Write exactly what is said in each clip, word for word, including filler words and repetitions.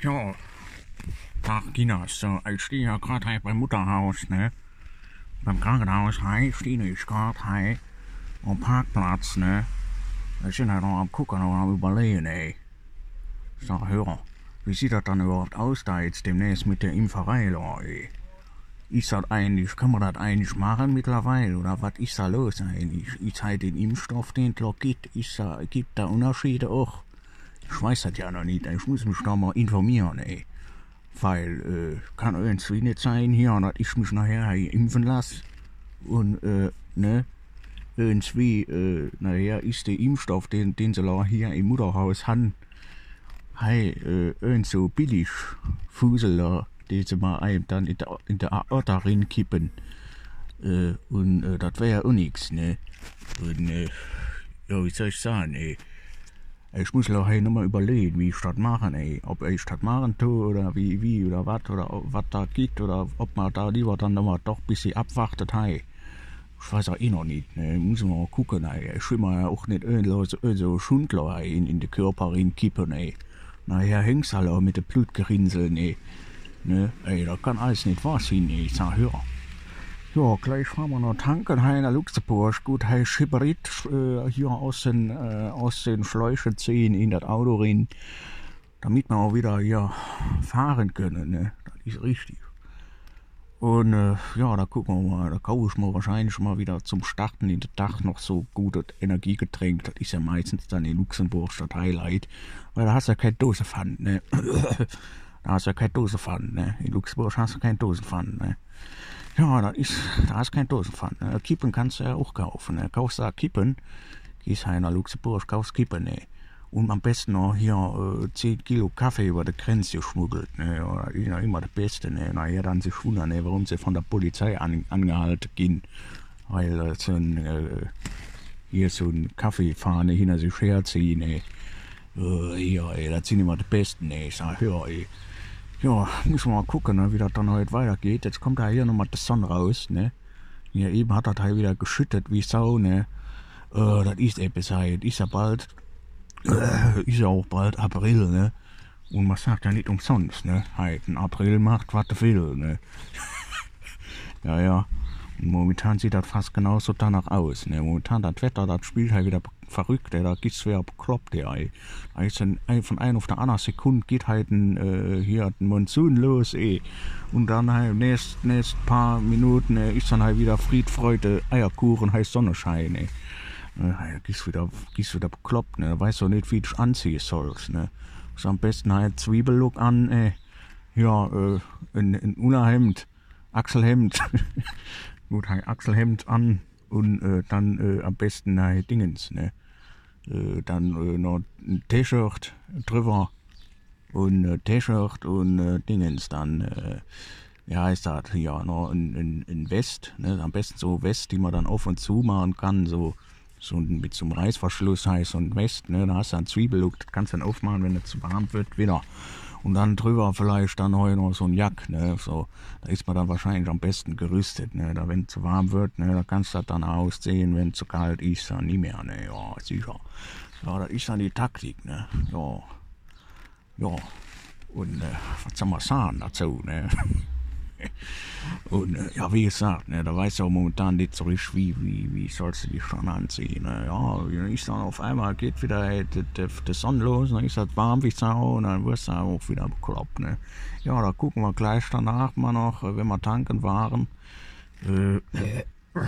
Ja, Tag Ginas, so, ich stehe ja gerade hier beim Mutterhaus, ne? Beim Krankenhaus, hi, stehe ich gerade hier am Parkplatz, ne? Wir sind halt noch am Gucken und am Überlegen, ey. So, hör, wie sieht das dann überhaupt aus da jetzt demnächst mit der Impferei, da, ey? Ist das eigentlich, kann man das eigentlich machen mittlerweile, oder was ist da los eigentlich? Ist halt den Impfstoff, den es da gibt, ist da, gibt da Unterschiede auch? Ich weiß das ja noch nicht, ich muss mich da mal informieren, ey. Weil, äh, kann irgendwie nicht sein hier, dass ich mich nachher hier impfen lasse. Und, äh, ne, irgendwie, äh, nachher ist der Impfstoff, den, den sie da hier im Mutterhaus haben, hey, äh, irgend so billig Fusel da, den sie mal einem dann in der, in der Aorta reinkippen. Äh, und, äh, das wäre ja auch nix, ne. Und, äh, ja, wie soll ich sagen, ey. Ich muss noch hey, nochmal überlegen, wie ich das machen, ey. Ob ich das machen tue oder wie, wie oder was oder was da geht oder ob man da lieber dann nochmal doch ein bisschen abwartet, hey. Ich weiß auch eh noch nicht, ne. Muss man mal gucken, ey. Ich will mir ja auch nicht so, so Schundler ey, in, in den Körper reinkippen, ey. Nachher hängt's halt auch mit den Blutgerinnseln, ey. Ne, ey, das kann alles nicht wahr sein, ey. Ich sag, hör. Ja, gleich fahren wir noch tanken hier in Luxemburg. Gut, hier Hybrid äh, hier aus den, äh, aus den Schläuchen ziehen in das Auto rein, damit wir auch wieder hier fahren können, ne? Das ist richtig. Und äh, ja, da gucken wir mal, da kaufe ich mir wahrscheinlich mal wieder zum Starten in den Tag noch so gutes Energiegetränk. Das ist ja meistens dann in Luxemburg das Highlight, weil da hast du ja keine Dosepfand, ne? Da hast du ja keine Dosepfand, ne? In Luxemburg hast du keine Dosepfand, ne? Ja, da ist, da ist kein Dosenpfand. Ne? Kippen kannst du ja auch kaufen. Ne? Kaufst da Kippen, gehst halt nach Luxemburg, kaufst Kippen, ne? Und am besten noch hier äh, zehn Kilo Kaffee über die Grenze geschmuggelt, ne? Ja, ist ja immer das Beste, ne? Nachher dann sich wundern, ne? Warum sie von der Polizei an, angehalten gehen. Weil äh, so ein, äh, hier so ein Kaffeefahne hinter sich herziehen, ne? Äh, hier, ey, das sind immer die Besten, ne? Ich sag, hör, ey. Ja, muss man mal gucken, ne, wie das dann heute weitergeht. Jetzt kommt da hier nochmal die Sonne raus, ne. Ja, eben hat das halt wieder geschüttet wie Sau, ne. Äh, das ist etwas halt. Ist ja bald, äh, ist ja auch bald April, ne. Und man sagt ja nicht umsonst, ne. Halt, ein April macht, was er will, ne. Ja, ja. Und momentan sieht das fast genauso danach aus, ne. Momentan das Wetter, das spielt halt wieder verrückt, ey. Da geht's wieder bekloppt, ey. Da ist dann von einer auf der anderen Sekunde geht halt ein, äh, hier ein Monsun los, ey. Und dann halt nächst, nächst paar Minuten äh, ist dann halt wieder Fried, Freude, Eierkuchen, heiß Sonnenschein, ey. Äh, gehst wieder, gehst wieder bekloppt, ne. Weißt du nicht, wie du dich anziehen sollst, ne. So am besten halt Zwiebellook an, ey. Ja, äh, ein, ein Unterhemd, Achselhemd. Gut, halt Achselhemd an und äh, dann äh, am besten halt Dingens, ne. Äh, dann äh, noch ein T-Shirt drüber und äh, T-Shirt und äh, Dingens dann, äh, wie heißt das, ja, noch ein, ein, ein West, ne, am besten so West, die man dann auf und zu machen kann, so, so mit so einem Reißverschluss heißt so ein West, ne, da hast du einen Zwiebellook, das kannst du dann aufmachen, wenn es zu warm wird, wieder. Und dann drüber vielleicht dann heute noch so ein Jack, ne, so, da ist man dann wahrscheinlich am besten gerüstet, ne, da wenn es zu warm wird, ne, da kannst du das dann ausziehen, wenn es zu kalt ist, dann nie mehr, ne, ja, sicher. Ja, das ist dann die Taktik, ne, ja, ja, und, äh, was soll man sagen dazu, ne. Und äh, ja, wie gesagt, ne, da weiß ich auch momentan nicht so richtig, wie, wie, wie sollst du dich schon anziehen. Ne? Ja, dann ist dann auf einmal geht wieder die, die, die Sonne los, dann ist das warm wie Sau und dann wirst du auch wieder bekloppt. Ne? Ja, da gucken wir gleich danach mal noch, wenn wir tanken waren, äh, äh,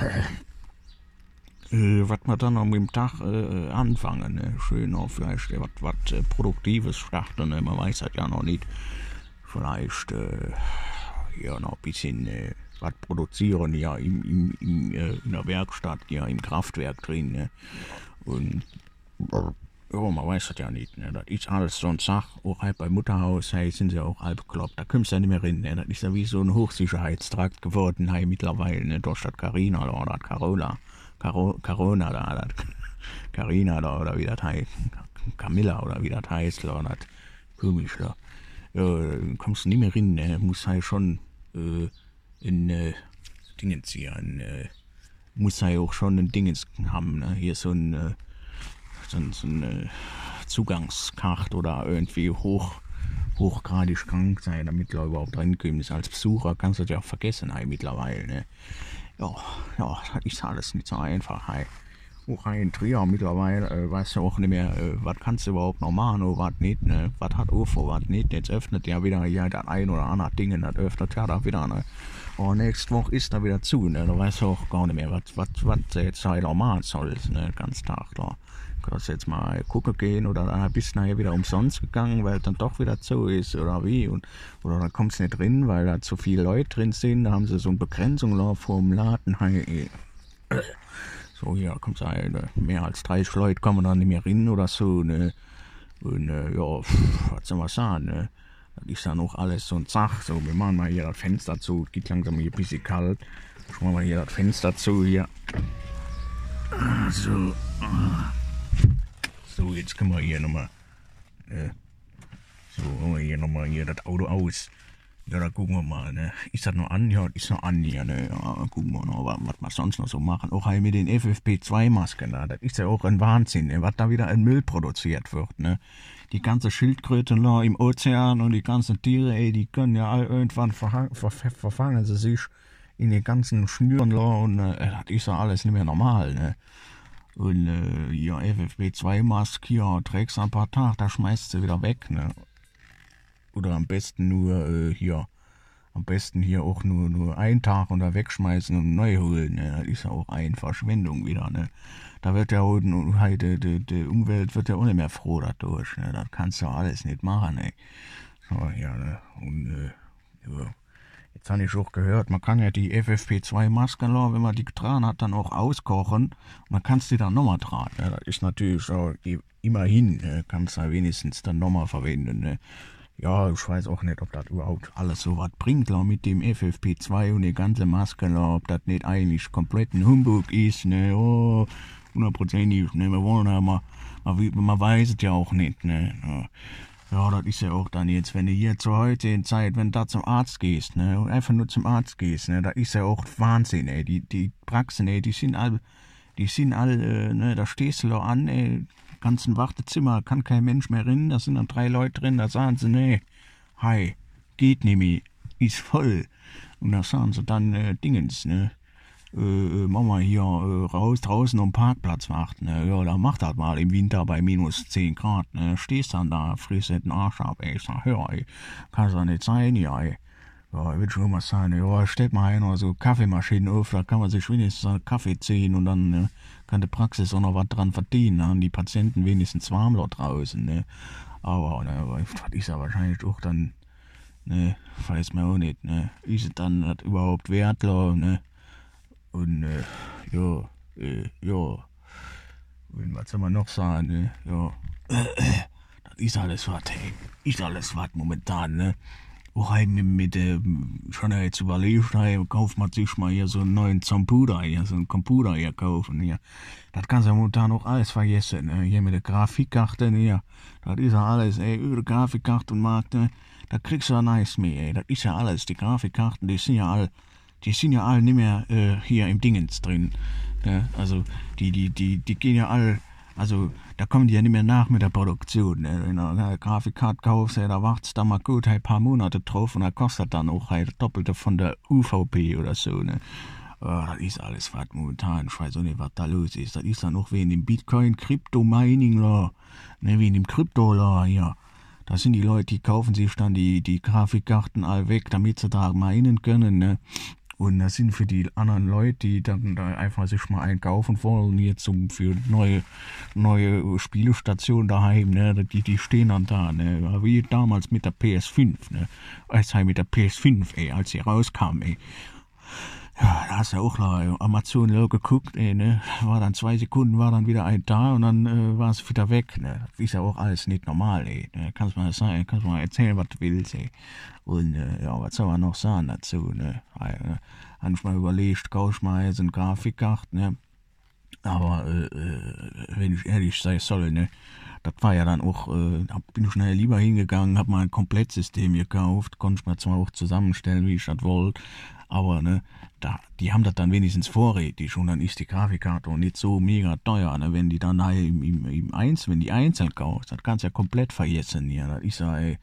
äh, was wir dann noch mit dem Tag äh, anfangen. Ne? Schön auch vielleicht äh, was äh, Produktives starten, ne? Man weiß das ja noch nicht. Vielleicht, äh, ja, noch ein bisschen äh, was produzieren, ja, im, im, im, äh, in der Werkstatt, ja, im Kraftwerk drin, ne? Und, ja, man weiß das ja nicht, ne? Das ist alles so ein Sach, auch halt beim Mutterhaus, hey, sind sie auch halb bekloppt, da kommst du ja nicht mehr rein, ne? Das ist ja wie so ein Hochsicherheitstrakt geworden, hey, mittlerweile, ne? Durch das Carina oder das Carola, Caro, Carona da, das Carina da, oder wie das heißt, Camilla oder wie das heißt, oder das komisch, da. Ja, kommst du nicht mehr rein, ne? Muss halt schon äh, in äh, Dingens hier, ein, äh, muss halt auch schon ein Dingens haben, ne? Hier so ein, äh, so ein, so ein äh, Zugangskarte oder irgendwie hoch, hochgradig krank sein, damit du überhaupt reinkommst. Als Besucher kannst du das ja auch vergessen, hey, mittlerweile, ne? Ja, ja, das ist alles nicht so einfach, hey. Auch ein Trier mittlerweile, äh, weißt du auch nicht mehr, äh, was kannst du überhaupt noch machen oder was nicht, ne? Was hat Ufo, was nicht. Jetzt öffnet ja wieder ja, das ein oder andere Ding, das öffnet ja da wieder, ne? Und nächste Woche ist da wieder zu, ne? Da weißt du auch gar nicht mehr, was, was, was jetzt halt normal soll, ne? Ganz Tag, da. Du kannst jetzt mal gucken gehen oder dann bist du nachher wieder umsonst gegangen, weil es dann doch wieder zu ist oder wie. Und, oder dann kommst du nicht drin, weil da zu viele Leute drin sind, da haben sie so eine Begrenzung vom Laden, hey. So, hier kommt halt, ne, mehr als dreißig Leute kommen dann nicht mehr rein oder so, ne. Und, äh, ja, pff, was soll man sagen, ne. Das ist dann auch alles so ein Zach, so, wir machen mal hier das Fenster zu, es geht langsam hier ein bisschen kalt. Ich mach mal hier das Fenster zu, hier. So, so, jetzt können wir hier nochmal, äh, so, holen wir hier nochmal hier das Auto aus. Ja, da gucken wir mal, ne. Ist das noch an? Ja, ist noch an hier, ne. Ja, gucken wir noch, was, was wir sonst noch so machen. Auch halt mit den F F P zwei Masken da, das ist ja auch ein Wahnsinn, ne, was da wieder an Müll produziert wird, ne. Die ganze Schildkröten da im Ozean und die ganzen Tiere, ey, die können ja all irgendwann verha- ver- ver- verfangen sie sich in den ganzen Schnüren da und äh, das ist ja alles nicht mehr normal, ne. Und äh, ja, F F P zwei Maske, ja, trägst ein paar Tage, da schmeißt sie wieder weg, ne. Oder am besten nur äh, hier, am besten hier auch nur, nur einen Tag und da wegschmeißen und neu holen, ne? Das ist ja auch eine Verschwendung wieder, ne? Da wird ja auch, die, die, die Umwelt wird ja auch nicht mehr froh dadurch, ne? Das kannst du ja alles nicht machen, ne? So, ja, ne? Und, äh, ja. Jetzt habe ich auch gehört, man kann ja die F F P zwei Masken, wenn man die getragen hat, dann auch auskochen und dann kannst du die dann nochmal tragen, ne? Das ist natürlich so, immerhin, ne? Kannst du ja wenigstens dann nochmal verwenden, ne? Ja, ich weiß auch nicht, ob das überhaupt alles so was bringt, la, mit dem F F P zwei und die ganze Maske, la, ob das nicht eigentlich komplett ein Humbug ist, ne, oh, hundertprozentig, ne, wir wollen ja mal, man, man weiß es ja auch nicht, ne, ja, das ist ja auch dann jetzt, wenn du hier zur heutigen Zeit, wenn du da zum Arzt gehst, ne, und einfach nur zum Arzt gehst, ne, das ist ja auch Wahnsinn, ey, die, die Praxen, ey, die sind all, die sind all, äh, ne, da stehst du da an, ey, ganzen Wartezimmer, kann kein Mensch mehr rein, da sind dann drei Leute drin, da sagen sie, nee, hi, geht nicht mehr, ist voll. Und da sagen sie dann, äh, Dingens, ne, äh, Mama hier äh, raus, draußen am Parkplatz warten, ne, ja, da macht das mal im Winter bei minus zehn Grad, ne, stehst dann da, frisst den Arsch ab, ey, ich sag, hör, ey, kann's doch nicht sein, ja, ey. Ja, ich will schon immer sagen, ja, stellt mal einer so Kaffeemaschinen auf, da kann man sich wenigstens einen Kaffee ziehen und dann ne, kann die Praxis auch noch was dran verdienen, haben die Patienten wenigstens warm dort draußen, ne. Aber, ne, das ist ja wahrscheinlich auch dann, ne, weiß man auch nicht, ne, ist es dann das überhaupt wert, ne, und, äh, ja, äh, ja, und was soll man noch sagen, ne, ja, das ist alles was, hey, ist alles was momentan, ne. Auch mit, mit äh, schon jetzt überlegt, hey, kauft man sich mal hier so einen neuen Computer, hier, so einen Computer hier kaufen, hier. Das kannst du ja momentan auch alles vergessen, ne? Hier mit der Grafikkarte, hier. Das ist ja alles, ey, über die Grafikkartenmarkt, ne? Da kriegst du ja nichts mehr, ey. Das ist ja alles, die Grafikkarten, die sind ja all, die sind ja alle nicht mehr äh, hier im Dingens drin, ne? Also, die, die, die, die gehen ja alle. Also, da kommen die ja nicht mehr nach mit der Produktion. Ne? Wenn du eine Grafikkarte kaufst, da wartest du mal gut ein paar Monate drauf und da kostet dann auch halt das Doppelte von der U V P oder so. Ne? Oh, das ist alles was momentan. Ich weiß auch nicht, was da los ist. Das ist dann auch wegen dem Bitcoin, Crypto-Mining, ne? Wegen dem Krypto, ja. Da sind die Leute, die kaufen sich dann die, die Grafikkarten all weg, damit sie da minen können, ne? Und das sind für die anderen Leute, die dann da einfach sich mal einen kaufen wollen, jetzt um für neue, neue Spielestationen daheim, ne, die, die stehen dann da, ne, wie damals mit der P S fünf, ne, als halt mit der P S fünf, ey, als sie rauskam, ey. Ja, da hast du auch noch Amazon geguckt, ey, ne, war dann zwei Sekunden, war dann wieder ein da und dann äh, war es wieder weg, ne, das ist ja auch alles nicht normal, ey, ne, kannst mal sagen, kannst mal erzählen, was du willst, ey, und, äh, ja, was soll man noch sagen dazu, ne, äh, habe ich mal überlegt, kauf ich mal jetzt eine Grafikkarte, ne, aber, äh, wenn ich ehrlich sein soll, ne, das war ja dann auch, äh, bin ich schnell lieber hingegangen, hab mal ein Komplettsystem gekauft, konnte ich mir zwar auch zusammenstellen, wie ich das wollte, aber, ne, da, die haben das dann wenigstens vorrätig und dann ist die Grafikkarte auch nicht so mega teuer, ne, wenn die dann halt im, im, im Eins, wenn die einzeln kaufst, das kannst du ja komplett vergessen, ja, das ist ja, ey,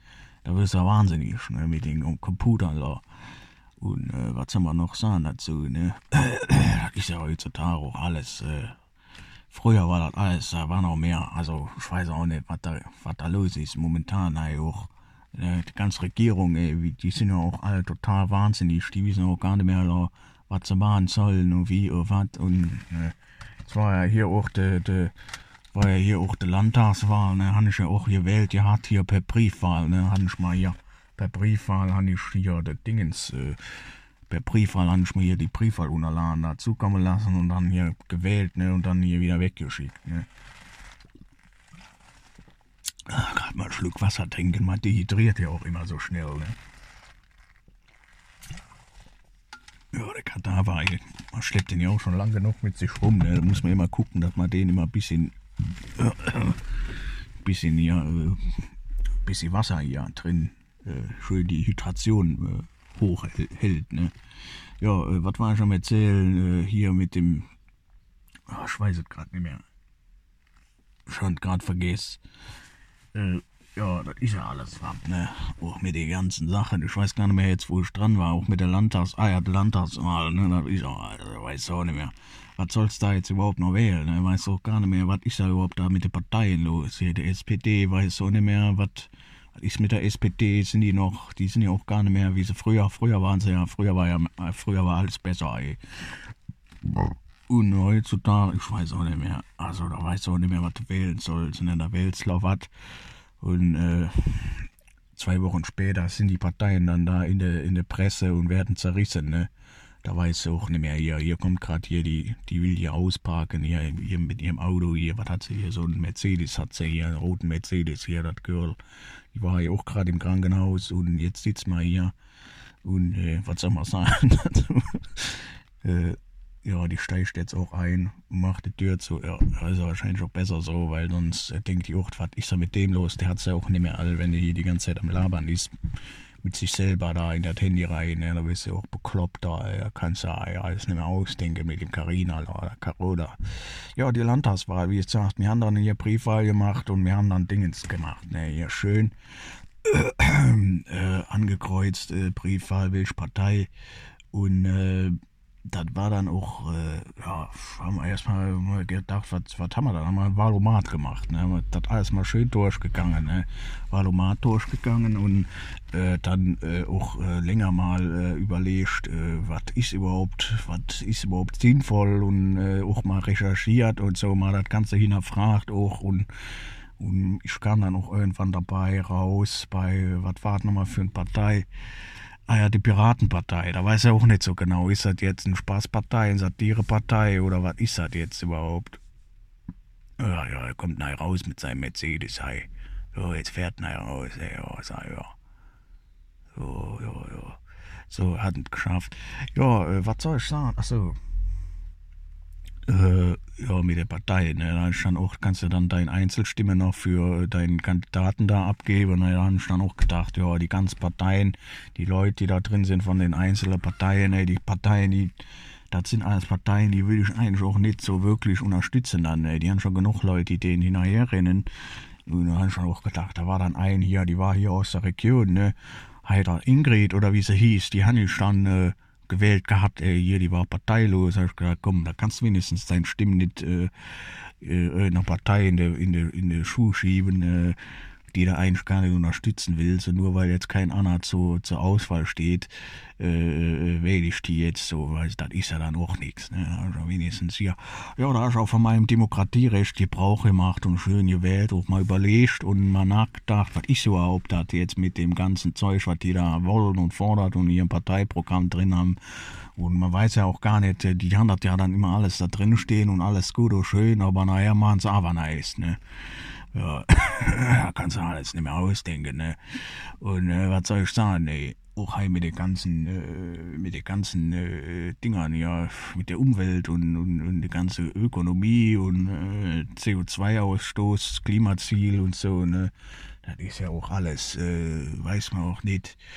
da wirst du ja wahnsinnig, ne, mit den Computern, da. Und äh, was soll man noch sagen dazu, ne? Das ist ja heutzutage auch alles, äh, früher war das alles, da war noch mehr, also ich weiß auch nicht, was da, was da los ist momentan, ey, auch, äh, die ganze Regierung, ey, die sind ja auch alle total wahnsinnig, die wissen auch gar nicht mehr, was sie machen sollen und wie und was, und äh, es war ja hier auch der, de, war ja hier auch die Landtagswahl, ne, habe ich ja auch gewählt, die hat hier per Briefwahl, ne, habe ich mal hier, per Briefwahl habe ich hier das Dingens, äh, per Briefwahl habe ich mir hier die Briefwahlunterlagen dazu kommen lassen und dann hier gewählt, ne, und dann hier wieder weggeschickt, ne. Gerade mal einen Schluck Wasser trinken, man dehydriert ja auch immer so schnell, ne. Ja, der Kadaver, ey, man schleppt den ja auch schon lange genug mit sich rum, ne, da muss man immer gucken, dass man den immer ein bisschen, äh, bisschen hier, äh, bisschen Wasser hier drin, äh, schön die Hydration, äh, hoch hält, ne. Ja, äh, was war ich am erzählen, äh, hier mit dem, oh, ich weiß es gerade nicht mehr, schon gerade vergessen, äh, ja, das ist ja alles was, ne, auch mit den ganzen Sachen, ich weiß gar nicht mehr jetzt, wo ich dran war, auch mit der Landtags, ah ja, der Landtagswahl, ne, das ist auch, also, weiß auch nicht mehr, was soll's da jetzt überhaupt noch wählen, ne, weiß auch gar nicht mehr, was ist da überhaupt da mit den Parteien los, hier, der S P D, weiß auch nicht mehr, was ist mit der S P D, sind die noch, die sind ja auch gar nicht mehr, wie sie früher, früher waren sie ja, früher war ja, früher war alles besser, ey. Und heutzutage, ich weiß auch nicht mehr, also da weiß auch nicht mehr, was du wählen sollst, ne, da wählst du was, und äh, zwei Wochen später sind die Parteien dann da in der in der Presse und werden zerrissen, ne. Da weiß auch nicht mehr, hier, hier kommt gerade hier, die, die will hier ausparken, hier, hier mit ihrem Auto, hier, was hat sie hier, so ein Mercedes hat sie hier, einen roten Mercedes hier, das Girl. Die war ja auch gerade im Krankenhaus und jetzt sitzt man hier und, äh, was soll man sagen dazu? äh, ja, die steigt jetzt auch ein und macht die Tür zu. Ja, also wahrscheinlich auch besser so, weil sonst äh, denkt die auch, was ist da mit dem los? Der hat's ja auch nicht mehr all, wenn der hier die ganze Zeit am Labern ist. Mit sich selber da in das Handy rein, ne? Da bist du auch bekloppt, da, da kannst du ja alles nicht mehr ausdenken mit dem Carina oder Carola. Ja, die Landtagswahl, wie gesagt, wir haben dann hier Briefwahl gemacht und wir haben dann Dingens gemacht, ne? Hier schön äh, angekreuzt, äh, Briefwahl, welche Partei, und äh, das war dann auch, äh, ja, haben wir erstmal mal gedacht, was, was haben wir da? Haben wir ein Wahlomat gemacht, ne? Haben wir das alles mal schön durchgegangen, ne? Wahlomat durchgegangen und äh, dann äh, auch äh, länger mal äh, überlegt, äh, was ist überhaupt, was ist überhaupt sinnvoll, und äh, auch mal recherchiert und so, mal das Ganze hinterfragt auch, und und ich kam dann auch irgendwann dabei raus bei, was war das nochmal für eine Partei? Ah ja, die Piratenpartei, da weiß er auch nicht so genau, ist das jetzt eine Spaßpartei, eine Satirepartei oder was ist das jetzt überhaupt? Ja, ja, er kommt nachher raus mit seinem Mercedes, hey. So, jetzt fährt er raus, ey, ja, sag, ja. So, ja, ja. So, hat es geschafft. Ja, äh, was soll ich sagen? Achso. Äh, ja, mit der Partei, ne, da ist dann auch, kannst du dann deine Einzelstimme noch für deinen Kandidaten da abgeben, ne, da habe ich dann auch gedacht, ja, die ganzen Parteien, die Leute, die da drin sind von den einzelnen Parteien, ne, die Parteien, die, das sind alles Parteien, die will ich eigentlich auch nicht so wirklich unterstützen dann, ne, die haben schon genug Leute, die denen hinterherrennen, und da habe ich dann auch gedacht, da war dann ein hier, die war hier aus der Region, ne, Heider Ingrid oder wie sie hieß, die habe ich dann, äh, gewählt gehabt, ey, hier, die war parteilos, hab ich gedacht, komm, da kannst du wenigstens deine Stimme nicht äh, äh, einer Partei in der, in der, in der Schuhe schieben, äh, die da eigentlich gar nicht unterstützen will, so nur weil jetzt kein Anna zu, zur Auswahl steht, äh, wähle ich die jetzt so, weil das ist ja dann auch nichts, ne, also wenigstens hier, ja, da hast du auch von meinem Demokratierecht Gebrauch gemacht und schön gewählt, auch mal überlegt und mal nachgedacht, was ist überhaupt das jetzt mit dem ganzen Zeug, was die da wollen und fordert und ihr Parteiprogramm drin haben, und man weiß ja auch gar nicht, die haben das ja dann immer alles da drin stehen und alles gut und schön, aber naja, machen sie aber nice, ne. Ja, da kannst du alles nicht mehr ausdenken, ne. Und äh, was soll ich sagen, ne, auch halt mit den ganzen, äh, mit den ganzen äh, Dingern, ja, mit der Umwelt und, und, und die ganze Ökonomie und äh, C O zwei Ausstoß, Klimaziel und so, ne. Das ist ja auch alles, äh, weiß man auch nicht.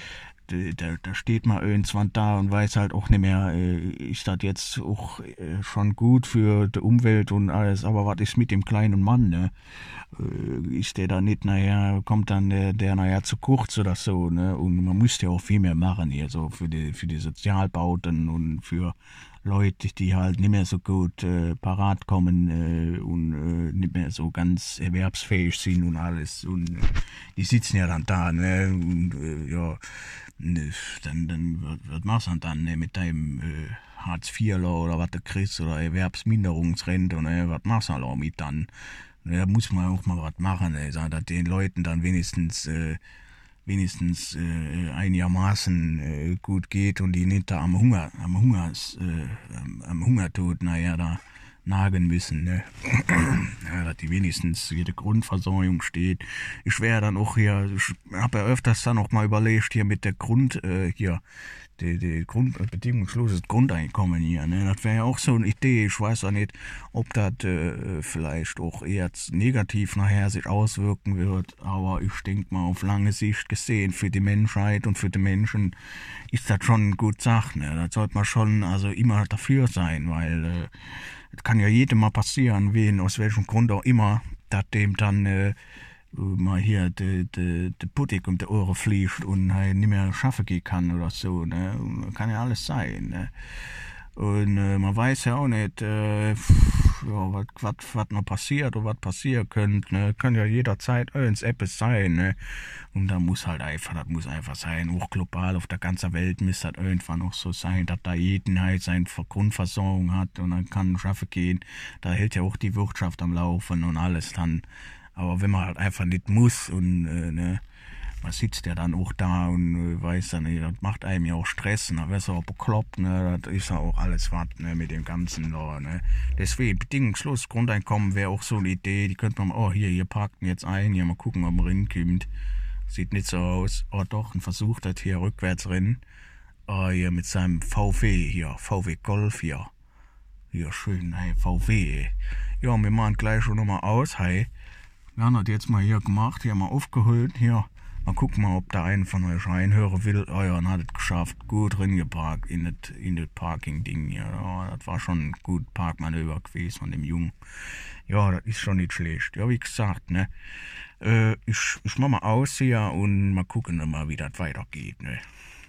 da, da steht man irgendwann da und weiß halt auch nicht mehr, äh, ist das jetzt auch äh, schon gut für die Umwelt und alles, aber was ist mit dem kleinen Mann, ne? Äh, ist der da nicht, naja, kommt dann der, der nachher zu kurz oder so, ne? Und man müsste ja auch viel mehr machen hier, so für die, für die Sozialbauten und für Leute, die halt nicht mehr so gut äh, parat kommen äh, und äh, nicht mehr so ganz erwerbsfähig sind und alles. Und äh, die sitzen ja dann da, ne? Und äh, ja, ne, dann, dann was, was machst du dann ne? Mit deinem äh, Hartz vier oder was du kriegst oder Erwerbsminderungsrente, ne? Was machst du halt auch mit dann? Ne, da muss man auch mal was machen, ey, dass den Leuten dann wenigstens äh, wenigstens äh, einigermaßen äh, gut geht und die nicht da am Hunger, am Hungers, äh, am, am Hungertod, naja, da nagen müssen, ne? Ja, dass die wenigstens jede Grundversorgung steht. Ich wäre dann auch hier, ich habe ja öfters dann auch mal überlegt, hier mit der Grund, äh, hier, die, die Grund, bedingungsloses Grundeinkommen hier, ne? Das wäre ja auch so eine Idee. Ich weiß auch nicht, ob das äh, vielleicht auch eher negativ nachher sich auswirken wird, aber ich denke mal auf lange Sicht gesehen für die Menschheit und für die Menschen ist das schon eine gute Sache, ne? Das sollte man schon also immer dafür sein, weil äh, es kann ja jedem mal passieren, wen, aus welchem Grund auch immer, dass dem dann äh, mal hier de, de, de Puttig um die Ohren fliegt und halt nicht mehr schaffen gehen kann oder so, ne? Und kann ja alles sein, ne? Und äh, man weiß ja auch nicht, äh, ja, was noch passiert oder was passieren könnte, ne? Kann ja jederzeit irgendetwas sein, ne? Und da muss halt einfach, das muss einfach sein, auch global auf der ganzen Welt müsste das irgendwann auch so sein, dass da jeden halt seine Grundversorgung hat und dann kann schaffen gehen. Da hält ja auch die Wirtschaft am Laufen und alles dann. Aber wenn man halt einfach nicht muss und äh, ne, man sitzt ja dann auch da und äh, weiß dann, das macht einem ja auch Stress, ne? Das ist auch bekloppt, ne? Das ist ja auch alles was, ne? Mit dem Ganzen da, ne? Deswegen, bedingungslos Grundeinkommen wäre auch so eine Idee, die könnte man, oh hier, hier parkt jetzt ein, hier mal gucken, ob man reinkommt. Sieht nicht so aus. Oh doch, ein Versuch, das hier rückwärts rennen. Oh, hier mit seinem V W hier, V W Golf hier. Hier schön, hey, V W. Ja, wir machen gleich schon nochmal aus, hey. Wir haben das jetzt mal hier gemacht, hier mal aufgeholt, hier. Mal gucken mal, ob da einen von euch reinhören will. Oh ja, dann hat es geschafft. Gut reingeparkt in das in das Parking-Ding hier. Ja, das war schon ein gut Parkmanöver gewesen von dem Jungen. Ja, das ist schon nicht schlecht. Ja, wie gesagt, ne. Äh, ich, ich mach mal aus hier und mal gucken, mal, wie das weitergeht, ne.